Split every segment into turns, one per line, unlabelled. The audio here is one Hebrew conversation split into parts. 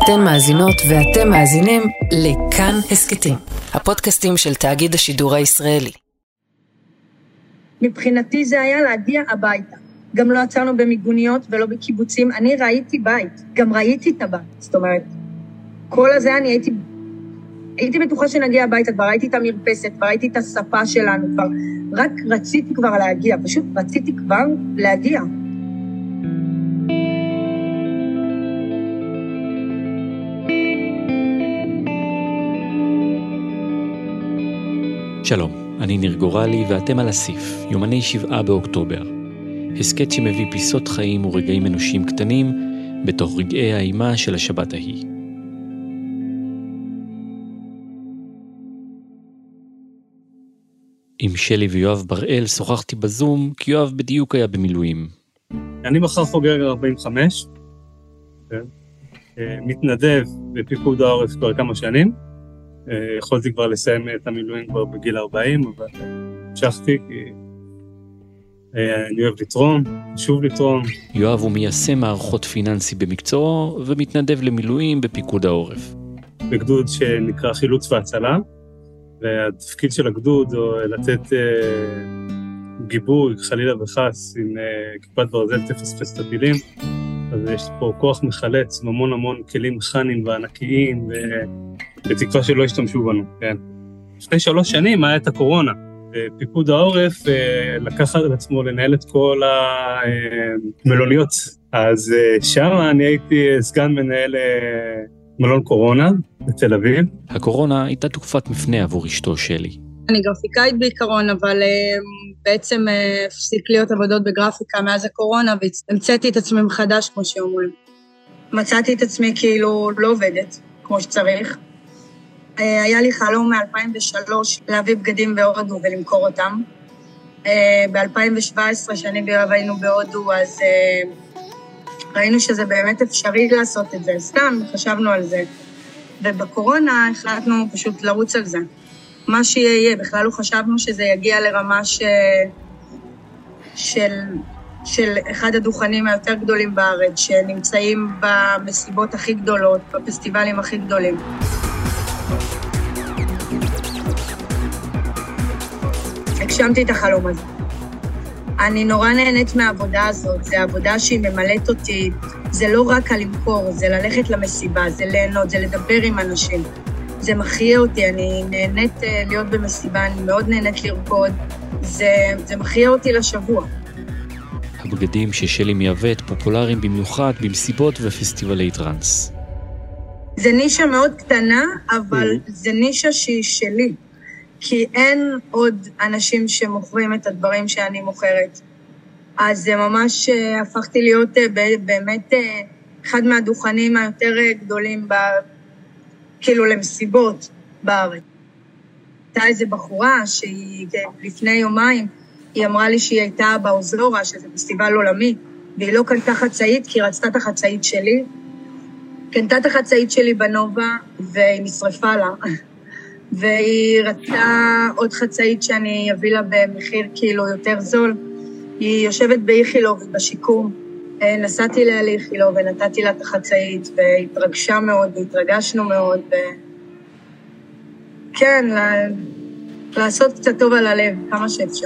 אתן מאזינות ואתם מאזינים לכאן הסקטים, הפודקאסטים של תאגיד השידור הישראלי.
מבחינתי זה היה להגיע הביתה. גם לא עצרנו במיגוניות ולא בקיבוצים. אני ראיתי בית, גם ראיתי את הבית. זאת אומרת, כל הזה אני הייתי בטוחה שנגיע הביתה, כבר ראיתי את המרפסת, כבר ראיתי את הספה שלנו, כבר רק רציתי כבר להגיע, פשוט רציתי כבר להגיע.
שלום, אני ניר גורלי ואתם על הסif, יומני 7 באוקטובר. הסקט שמביא פיסות חיים ורגעים אנושיים קטנים בתוך רגעי האימה של השבת ההיא. עם שלי ויואב בראל שוחחתי בזום, כי יואב בדיוק היה במילואים.
אני מחר חוגר 45, מתנדב בפיקוד העורף כבר כמה שנים, יכולתי כבר לסיים את המילואים כבר בגיל 40, אבל המשכתי כי אני אוהב לתרום, שוב לתרום.
יואב הוא מיישם מערכות פיננסי במקצועו, ומתנדב למילואים בפיקוד העורף.
בגדוד שנקרא חילוץ והצלה, והתפקיד של הגדוד הוא לתת גיבוי, חלילה וחס, עם כיפת ברזל תפספס את הטילים. אז יש פה כוח מחלץ, המון כלים מכניים וענקיים, בתקווה שלא ישתמשו בנו, כן. לפני 3 שנים היה את הקורונה, פיקוד העורף לקח על עצמו לנהל את כל המלוניות, אז שם אני הייתי סגן מנהל מלון קורונה בתל אביב.
הקורונה הייתה תקופת מפנה עבור אשתו שלי.
אני גרפיקאית בעיקרון, אבל בעצם הפסיק להיות עבודות בגרפיקה מאז הקורונה, והמצאתי את עצמי מחדש, כמו שאומרים. מצאתי את עצמי כאילו לא עובדת, כמו שצריך. היה לי חלום מ-2003 להביא בגדים בהודו ולמכור אותם. ב-2017, שאני ויואב היינו בהודו, אז ראינו שזה באמת אפשרי לעשות את זה. סתם חשבנו על זה. ובקורונה החלטנו פשוט לרוץ על זה. מה שיהיה, בכלל לא חשבנו שזה יגיע לרמה של אחד הדוכנים היותר גדולים בארץ, שנמצאים במסיבות הכי גדולות, בפסטיבלים הכי גדולים. הגשמתי את החלום הזה. אני נורא נהנית מהעבודה הזאת, זה עבודה שהיא ממלאת אותי, זה לא רק על למכור, זה ללכת למסיבה, זה ליהנות, זה לדבר עם אנשים. זה מחיה אותי, אני נהנית להיות במסיבה, אני מאוד נהנית לרקוד, זה מחיה אותי לשבוע.
הבגדים ששלי מייבאת פופולריים במיוחד במסיבות ופסטיבלי טרנס.
זה נישה מאוד קטנה, אבל זה נישה שהיא שלי, כי אין עוד אנשים שמוכרים את הדברים שאני מוכרת. אז זה ממש הפכתי להיות באמת אחד מהדוכנים היותר גדולים כאילו למסיבות בארץ. הייתה איזו בחורה שהיא לפני יומיים, היא אמרה לי שהיא הייתה באוזלורה, שזה פסטיבל עולמי, והיא לא קנתה חצאית, כי היא רצתה את החצאית שלי. קנתה את החצאית שלי בנובה, והיא נשרפה לה. והיא רצתה עוד חצאית שאני אביא לה במחיר כאילו יותר זול. היא יושבת באיכילוב, בשיקום. נסעתי לה לאיכילוב ונתתי לה את החצאית, והתרגשה מאוד, והתרגשנו מאוד. כן, לעשות קצת טוב על הלב, כמה שאפשר.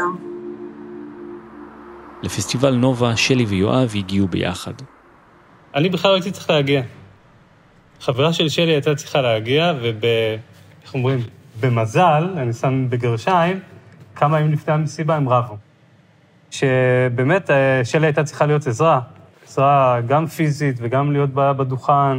לפסטיבל נובה, שלי ויואב הגיעו ביחד.
אני בכלל הייתי צריך להגיע. חברה של שלי הייתה צריכה להגיע, איך אומרים, במזל, אני שם בגרשיים, כמה ימים לפני המסיבה הם רבו. שבאמת שלי הייתה צריכה להיות עזרה גם פיזית וגם להיות בדוכן,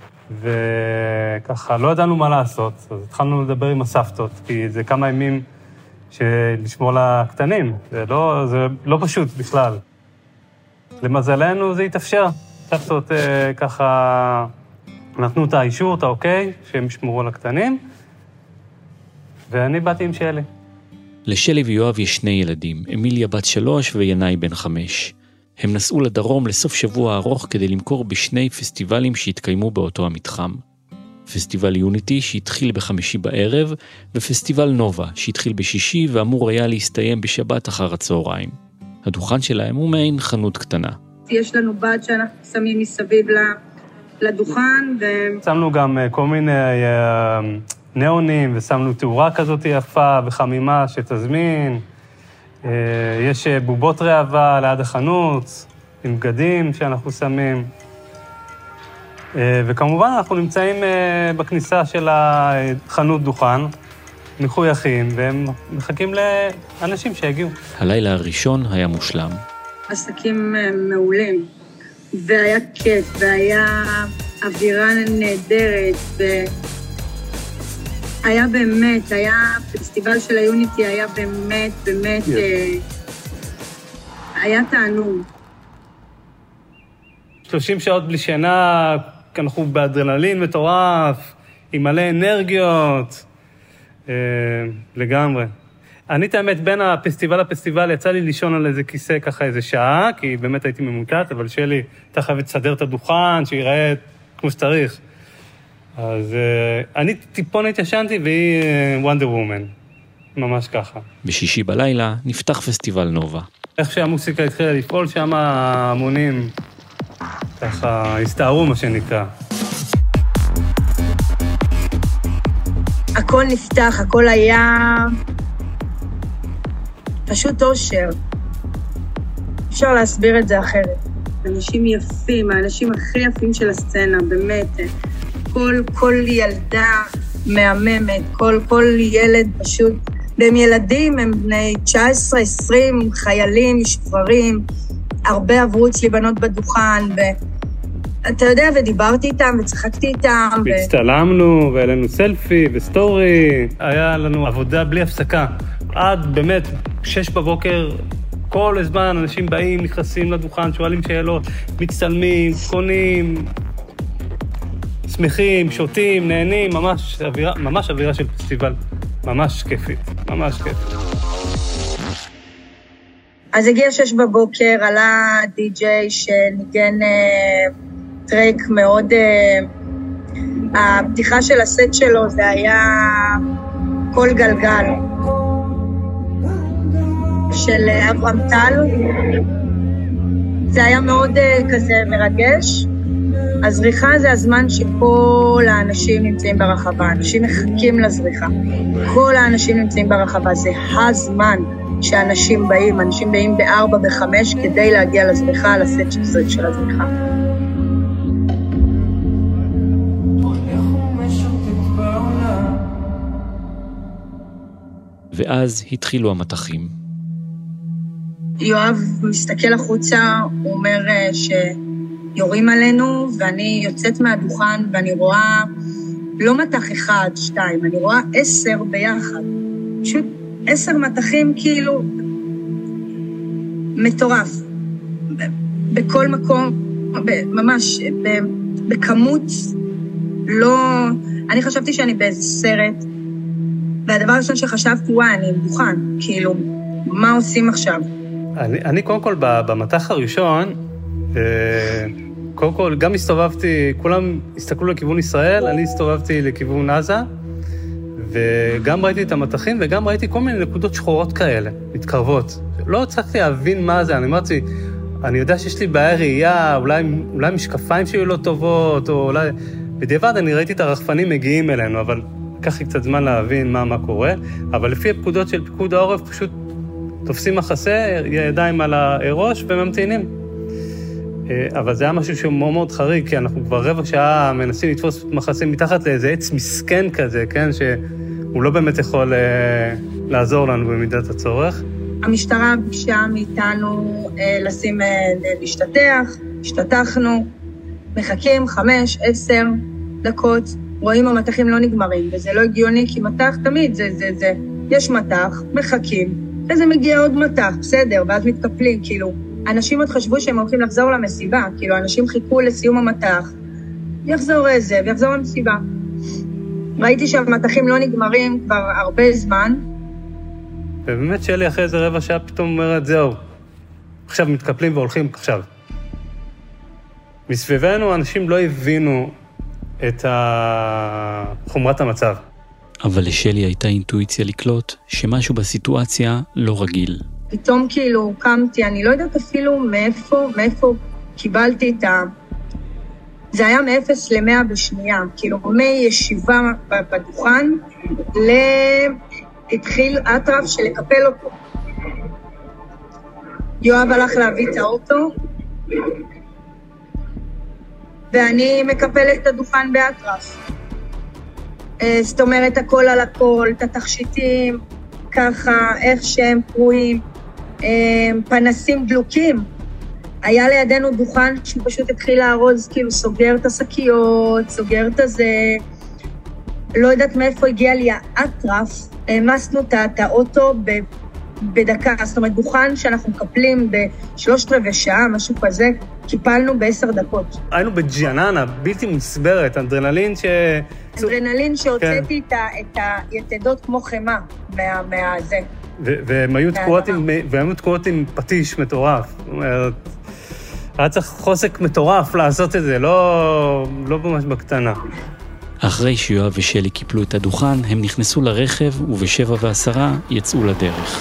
וככה לא ידענו מה לעשות, אז התחלנו לדבר עם הסבתות, כי זה כמה ימים לשמור לקטנים, זה לא פשוט בכלל. למזלנו זה התאפשר, סבתות ככה נתנו את האישור, את האוקיי, שהם ישמרו לקטנים, ואני באתי עם שלי.
לשלי ויואב יש 2 ילדים, אמיליה בת 3 וינאי בן 5. הם נסעו לדרום לסוף שבוע ארוך כדי למכור ב2 פסטיבלים שהתקיימו באותו המתחם. פסטיבל יוניטי שהתחיל ב5 בערב, ופסטיבל נובה שהתחיל ב6 ואמור היה להסתיים בשבת אחר הצהריים. הדוכן שלהם הוא מעין חנות קטנה.
יש לנו בד שאנחנו שמים מסביב לדוכן.
שמנו גם כל מיני ניאונים, ושמנו תאורה כזאת יפה וחמימה שתזמין. יש בובות רעבה ליד החנות, עם בגדים שאנחנו שמים. וכמובן אנחנו נמצאים בכניסה של החנות דוכן, מחויכים, והם מחכים לאנשים שיגיעו.
הלילה הראשון היה מושלם.
עסקים מעולים, והיה כיף, והיה אווירה נהדרת, והיה באמת, היה פסטיבל של היוניטי, היה באמת, היה תענוג. 30 שעות בלי שינה, אנחנו באדרנלין מטורף, עם מלא אנרגיות, לגמרי. אני את האמת, בין הפסטיבל לפסטיבל, יצא לי לישון על איזה כיסא ככה איזה שעה, כי באמת הייתי ממוקט, אבל שלי הייתה חייבת לסדר את הדוכן, שיראה כמו שצריך. אז אני טיפונת ישנתי, והיא וונדר וומן, ממש ככה.
בשישי בלילה נפתח פסטיבל נובה.
איך שהמוסיקה התחילה לפעול, שם המונים ככה הסתערו, מה שנקרא.
הכל נפתח, הכל היה פשוט אושר. אפשר להסביר את זה אחרת. אנשים יפים, האנשים הכי יפים של הסצנה, באמת. כל ילדה מהממת, כל ילד פשוט. והם ילדים, הם בני 19, 20, חיילים, משוחררים. הרבה עברו אצלי בנות בדוכן, אתה יודע, ודיברתי איתם, וצחקתי איתם.
והצטלמנו, והיה לנו סלפי וסטורי. היה לנו עבודה בלי הפסקה. עד באמת 6 בבוקר, כל הזמן אנשים באים, נכנסים לדוכן, שואלים שאלות, מצטלמים, קונים, שמחים, שותים, נהנים, ממש אווירה של פסטיבל. ממש כיפית, ממש כיפית.
אז הגיע 6 בבוקר, עלה די-ג'יי שניגן טרק מאוד... הפתיחה של הסט שלו זה היה כל גלגל של אברהם טל. זה היה מאוד כזה מרגש. הזריחה זה הזמן שכל האנשים נמצאים ברחבה, אנשים מחכים לזריחה. כל האנשים נמצאים ברחבה, זה הזמן שאנשים באים, אנשים באים ב4, ב5 כדי להגיע לזריחה, לסט של הזריחה.
ואז התחילו המתחים.
יואב מסתכל החוצה, הוא אומר שיורים עלינו, ואני יוצאת מהדוכן ואני רואה לא מתח 1, 2, אני רואה 10 ביחד. פשוט 10 מתחים כאילו מטורף. בכל מקום, ממש בכמות לא... אני חשבתי שאני באיזה סרט, והדבר הראשון שחשבתי, וואי, אני עם דוכן, כאילו, מה עושים עכשיו?
אני קודם כל במתח הראשון, קודם כל גם הסתובבתי, כולם הסתכלו לכיוון ישראל, אני הסתובבתי לכיוון עזה, וגם ראיתי את המתחים, וגם ראיתי כל מיני נקודות שחורות כאלה, מתקרבות. לא הצלחתי להבין מה זה, אני אמרתי, אני יודע שיש לי בעיה ראייה, אולי משקפיים שהיו לא טובות, או אולי... בדיעבד אני ראיתי את הרחפנים מגיעים אלינו, אבל לקח לי קצת זמן להבין מה קורה, אבל לפי הפקודות של פיקוד העורף פשוט תופסים מחסה, ידיים על הראש וממתינים. אבל זה היה משהו שהוא מאוד מאוד חריג, כי אנחנו כבר רבע שעה מנסים לתפוס מחסה מתחת לאיזה עץ מסכן כזה, כן? שהוא לא באמת יכול לעזור לנו במידת הצורך.
המשטרה ביקשה מאיתנו להשתתח, השתתחנו, מחכים 5, 10 דקות, רואים המתחים לא נגמרים, וזה לא הגיוני, כי מתח תמיד זה. יש מתח, מחכים, וזה מגיע עוד מתח, בסדר, ואז מתקפלים, כאילו, אנשים עוד חשבו שהם הולכים לחזור למסיבה, כאילו, אנשים חיכו לסיום המתח, יחזור איזה, ויחזור למסיבה. ראיתי שהמתחים לא נגמרים כבר הרבה זמן.
ובאמת שלי אחרי איזה רבע שעה פתאום אומרת, זהו, עכשיו מתקפלים והולכים עכשיו. מסביבנו אנשים לא הבינו את חומרת המצב.
אבל לשלי הייתה אינטואיציה לקלוט שמשהו בסיטואציה לא רגיל.
פתאום כאילו קמתי, אני לא יודעת אפילו מאיפה קיבלתי זה היה מ-0 ל-100 בשנייה, כאילו מישיבה בדוכן, התחיל אטרף של לקפל אותו. יואב הלך להביא את האוטו, ואני מקפלת את הדוכן באטרף. זאת אומרת, הכל על הכל, את התכשיטים, ככה, איך שהם פרועים, פנסים דלוקים. היה לידינו דוכן שהוא פשוט התחיל לארוז, כאילו סוגר את השקיות, סוגר את הזה. לא יודעת מאיפה הגיע לי האטרף, העמסנו את האוטו בדקה. זאת אומרת, דוכן שאנחנו מקפלים ב3/4 שעה, משהו כזה, קיפלנו ב10 דקות.
היינו בג'יאננה, בלתי מוסברת, אדרנלין
שהוצאתי את היתדות כמו חמה מהזה.
והם היו תקועות עם פטיש מטורף. זאת אומרת, היה צריך חוזק מטורף לעשות את זה, לא ממש בקטנה.
אחרי שיואב ושלי קיפלו את הדוכן, הם נכנסו לרכב וב7:10 יצאו לדרך.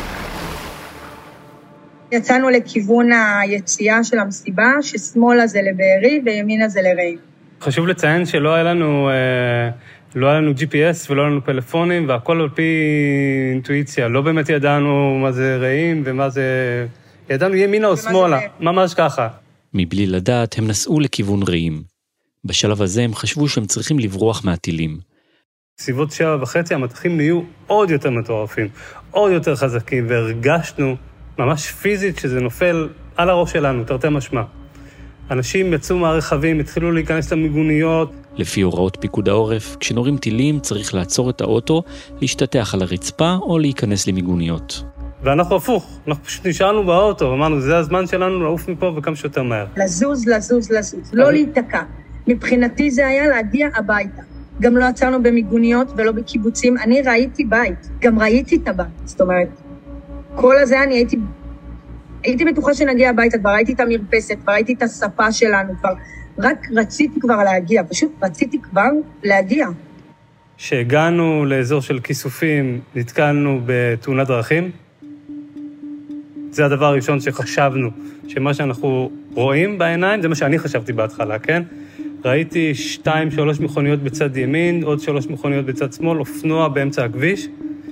יצאנו לכיוון היציאה של המסיבה, ששמאלה זה לבארי וימינה זה לרעים.
חשוב לציין שלא היה לנו GPS ולא היה לנו פלאפונים, והכל על פי אינטואיציה. לא באמת ידענו מה זה רעים ומה זה... ידענו ימינה או שמאלה, ממש ככה.
מבלי לדעת, הם נסעו לכיוון רעים. בשלב הזה הם חשבו שהם צריכים לברוח מהטילים.
סביבות 7:30 המטחים נהיו עוד יותר מטורפים, עוד יותר חזקים, והרגשנו ממש פיזית שזה נופל על הראש שלנו, תרתי משמע. אנשים יצאו מהרכבים, התחילו להיכנס למיגוניות.
לפי הוראות פיקוד העורף, כשנורים טילים צריך לעצור את האוטו, להשתטח על הרצפה או להיכנס למיגוניות.
ואנחנו הפוך, אנחנו פשוט נשארנו באוטו, אמרנו, זה הזמן שלנו לעוף מפה וכמה שיותר מהר.
לזוז, לא להיתקע. מבחינתי זה היה להגיע הביתה. גם לא עצרנו במיגוניות ולא בקיבוצים. אני ראיתי בית, גם ראיתי את הבית. זאת אומרת, כל הזה אני הייתי בטוחה שנגיע הביתה, כבר ראיתי את המרפסת, כבר ראיתי את השפה שלנו, כבר רק רציתי כבר להגיע, פשוט רציתי כבר להגיע.
כשהגענו לאזור של כיסופים, נתקלנו בתאונת דרכים. זה הדבר הראשון שחשבנו, שמה שאנחנו רואים בעיניים, זה מה שאני חשבתי בהתחלה, כן? ראיתי 2-3 מכוניות בצד ימין, עוד 3 מכוניות בצד שמאל, אופנוע באמצע הכביש,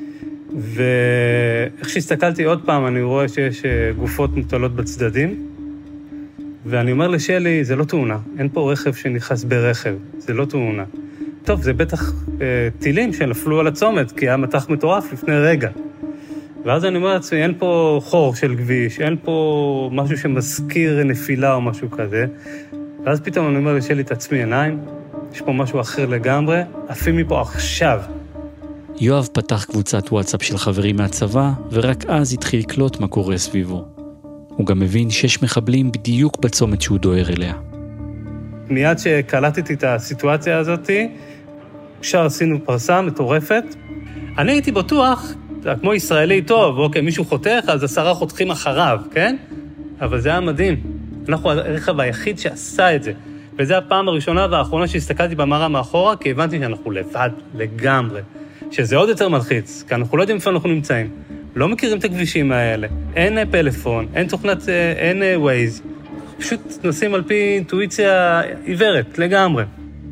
ואיך שהסתכלתי עוד פעם, אני רואה שיש גופות מוטלות בצדדים, ואני אומר לשלי, זה לא תאונה, אין פה רכב שנכנס ברכב, זה לא תאונה. טוב, זה בטח טילים שנפלו על הצומת, כי היה מטח מטורף לפני רגע. ואז אני אומר לעצמי, אין פה חור של כביש, אין פה משהו שמזכיר נפילה או משהו כזה. ואז פתאום אני אומר לשלי, תעצמי עיניים, יש פה משהו אחר לגמרי, עפים מפה עכשיו.
יואב פתח קבוצת וואטסאפ של חברים מהצבא, ורק אז התחיל לקלוט מה קורה סביבו. הוא גם מבין 6 מחבלים בדיוק בצומת שהוא דוהר אליה.
מיד שקלטתי את הסיטואציה הזאת, אפשר עשינו פרסה מטורפת. אני הייתי בטוח, כמו ישראלי טוב, אוקיי, מישהו חותך, אז 10 חותכים אחריו, כן? אבל זה היה מדהים. אנחנו הרכב היחיד שעשה את זה. וזו הפעם הראשונה והאחרונה שהסתכלתי במראה מאחורה, כי הבנתי שאנחנו לבד לגמרי. שזה עוד יותר מלחיץ, כי אנחנו לא יודעים איפה אנחנו נמצאים. לא מכירים את הכבישים האלה. אין פלאפון, אין תוכנת, אין ווייז. פשוט נוסעים על פי אינטואיציה עיוורת לגמרי.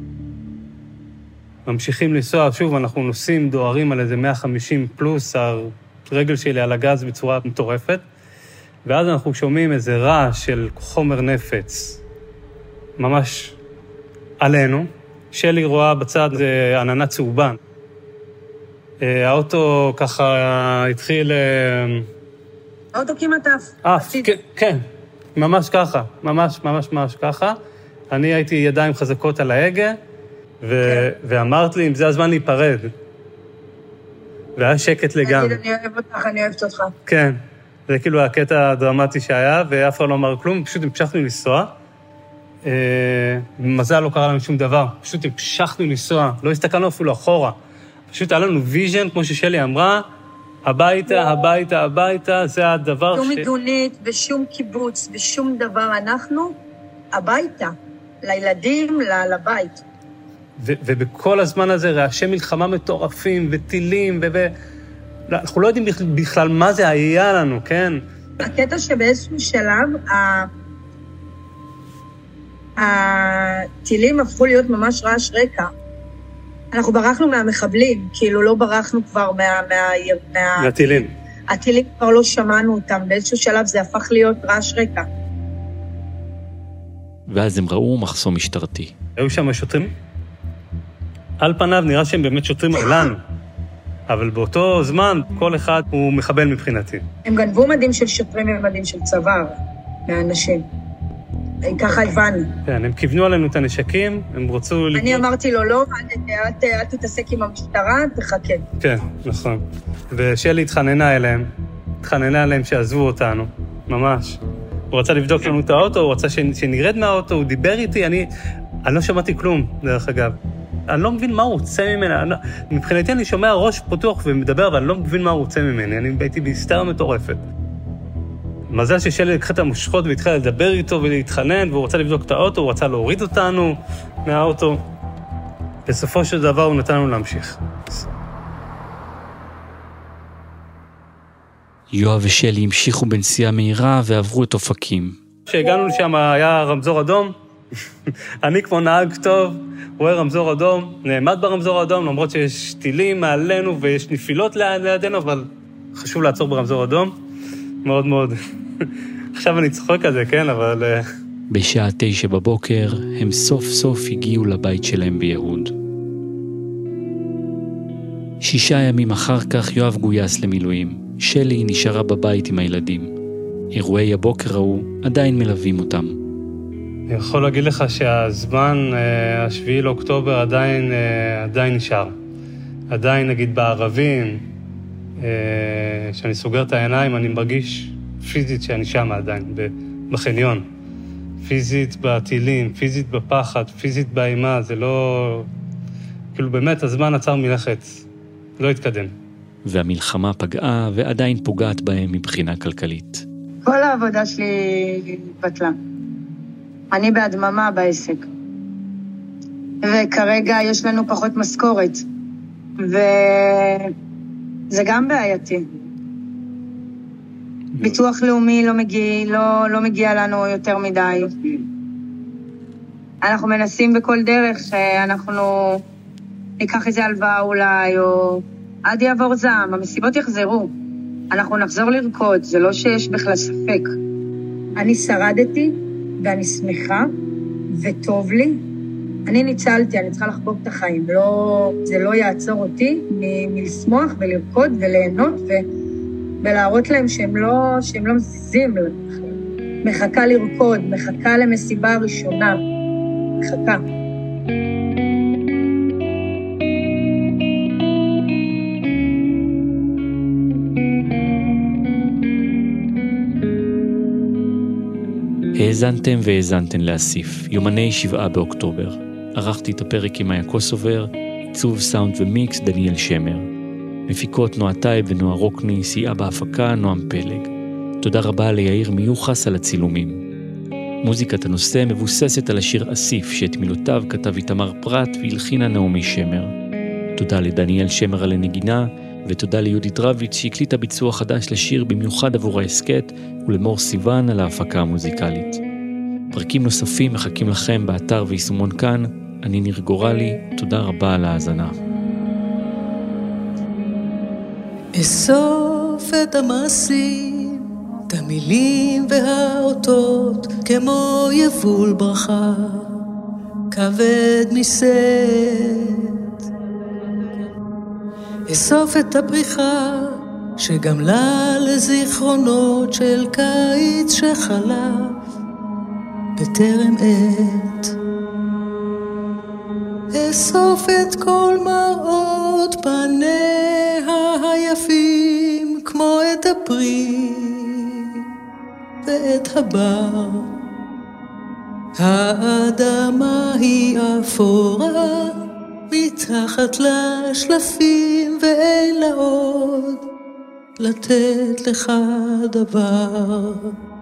ממשיכים לנסוע, שוב, אנחנו נוסעים דוהרים על איזה 150 פלוס, הרגל שלי על הגז בצורה מטורפת, ואז אנחנו שומעים איזה רעש של חומר נפץ, ממש עלינו. שלי רואה בצד עננה צהובה. האוטו ככה התחיל...
האוטו כמעט
עף. כן, ממש ככה, ממש ככה. אני הייתי ידיים חזקות על ההגה, ואמרת לי, אם זה הזמן להיפרד. והיה שקט לגמרי.
אני אוהב אותך, אני אוהבת אותך.
כן, זה כאילו הקטע הדרמטי שהיה, ואף אחד לא אמר כלום, פשוט המשכנו לנסוע. במזל לא קרה לנו שום דבר, פשוט המשכנו לנסוע, לא הסתכלנו אפילו אחורה. פשוט היה לנו ויז'ן, כמו ששלי אמרה, הביתה, זה הדבר
שום מיגונית ושום קיבוץ ושום דבר, אנחנו הביתה, לילדים, לבית.
ובכל הזמן הזה רעשי מלחמה מטורפים וטילים, אנחנו לא יודעים בכלל מה זה היה לנו, כן?
הקטע שבאיזשהו שלב, הטילים הפכו להיות ממש רעש רקע. אנחנו ברחנו מהמחבלים, כאילו לא ברחנו כבר
מהטילים.
הטילים כבר לא שמענו אותם, באיזשהו שלב זה הפך להיות רעש רקע.
ואז הם ראו מחסום משטרתי.
היו שם שוטרים? על פניו נראה שהם באמת שוטרים אלן, אבל באותו זמן כל אחד הוא מחבל מבחינתי.
הם גנבו מדים של שוטרים ומדים של צבא, מהאנשים. ככה הבנו.
כן, הם כיוונו עלינו את הנשקים, הם רצו...
אני אמרתי לו, לא, אל תתעסק עם המשטרה, תחכה.
כן, נכון. ושלי התחננה אליהם שעזבו אותנו, ממש. הוא רצה לבדוק לנו את האוטו, הוא רצה שנרד מהאוטו, הוא דיבר איתי, אני לא שמעתי כלום, דרך אגב. אני לא מבין מה הוא רוצה ממני, מבחינתי אני שומע ראש פתוח ומדבר, אבל אני לא מבין מה הוא רוצה ממני, אני הייתי בהיסטריה מטורפת. מזל ששלי לקחה את המושכות והתחילה לדבר איתו ולהתחנן, והוא רצה לבדוק את האוטו, הוא רצה להוריד אותנו מהאוטו. בסופו של דבר הוא נתן לנו להמשיך.
יואב ושלי המשיכו בנסיעה מהירה ועברו את אופקים.
כשהגענו לשם היה רמזור אדום, אני כמו נהג טוב, רואה רמזור אדום, נעמד ברמזור אדום, למרות שיש טילים מעלינו ויש נפילות לידינו, אבל חשוב לעצור ברמזור אדום. מאוד מאוד. עכשיו אני צוחק על זה, כן, אבל...
בשעה 9 בבוקר הם סוף סוף הגיעו לבית שלהם ביהוד. 6 ימים אחר כך יואב גויס למילואים. שלי נשארה בבית עם הילדים. אירועי הבוקר ההוא עדיין מלווים אותם.
אני יכול להגיד לך שהזמן, 7 לאוקטובר עדיין נשאר. עדיין נגיד בערבים, שאני סוגר את העיניים, אני מרגיש פיזית שאני שם עדיין, בחניון. פיזית בטילים, פיזית בפחד, פיזית באימה, זה לא... כאילו באמת הזמן עצר מלכת, לא התקדם.
והמלחמה פגעה ועדיין פוגעת בהם מבחינה כלכלית.
כל העבודה שלי התבטלה. אני בהדממה בעסק. וכרגע יש לנו פחות משכורת. וזה גם בעייתי. ביטוח לאומי לא מגיע לנו יותר מדי. אנחנו מנסים בכל דרך שאנחנו ניקח איזה הלוואה אולי, או עד יעבור זעם, המסיבות יחזרו. אנחנו נחזור לרקוד, זה לא שיש בכלל ספק. אני שרדתי ואני שמחה וטוב לי. אני ניצלתי, אני צריכה לחגוג את החיים. זה לא יעצור אותי מלשמוח ולרקוד וליהנות ולהראות להם שהם לא מזיזים. מחכה לרקוד, מחכה למסיבה הראשונה. מחכה.
האזנתם והאזנתן לאסיף, יומני 7 באוקטובר. ערכתי את הפרק עם מאיה קוסובר, עיצוב סאונד ומיקס דניאל שמר. מפיקות נועה טייב ונועה רוקני, סייעה בהפקה נועם פלג. תודה רבה ליאיר מיוחס על הצילומים. מוזיקת הנושא מבוססת על השיר אסיף, שאת מילותיו כתב איתמר פרט והלחינה נעמי שמר. תודה לדניאל שמר על הנגינה, ותודה ליהודית רביץ שהקליטה ביצוע חדש לשיר במיוחד עבור העסקת, ולמור סיוון על ההפקה המוזיקלית. פרקים נוספים מחכים לכם באתר ויישומון כאן. אני ניר גורלי, תודה רבה על ההאזנה.
אסוף את המעשים, את המילים והאותות, כמו יבול ברכה, כבד מסת. אסוף את הבריחה, שגמלה לזיכרונות של קיץ שחלף, בטרם עת. אסוף את כל מראות פניה היפים, כמו את הפרי ואת הבר. האדמה היא אפורה, מתחת לשלפים, ואין לה עוד לתת לך דבר.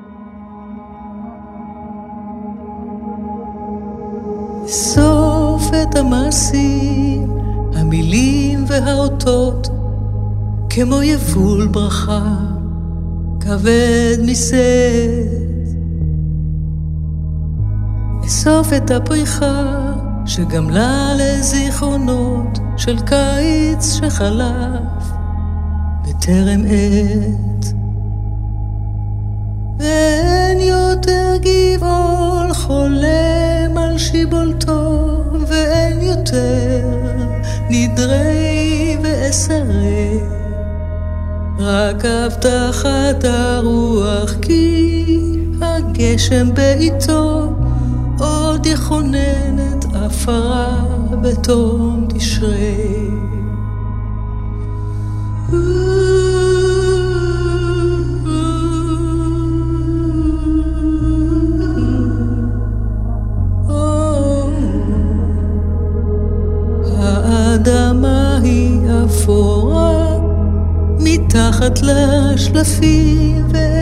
סוף את המעשים, המילים והאותות, כמו יבול ברכה, כבד מסת. לחשוף את הפריחה שגמלה לזיכרונות של קיץ שחלף בטרם עת. ואין יותר גבעול חולם על שיבולתו, ואין יותר נדרי ועשרי, רק הבטחת הרוח כי הגשם בעיתו עוד יכונן את עפרה בתום תשרי. האדמה היא אפורה מתחת לשלפים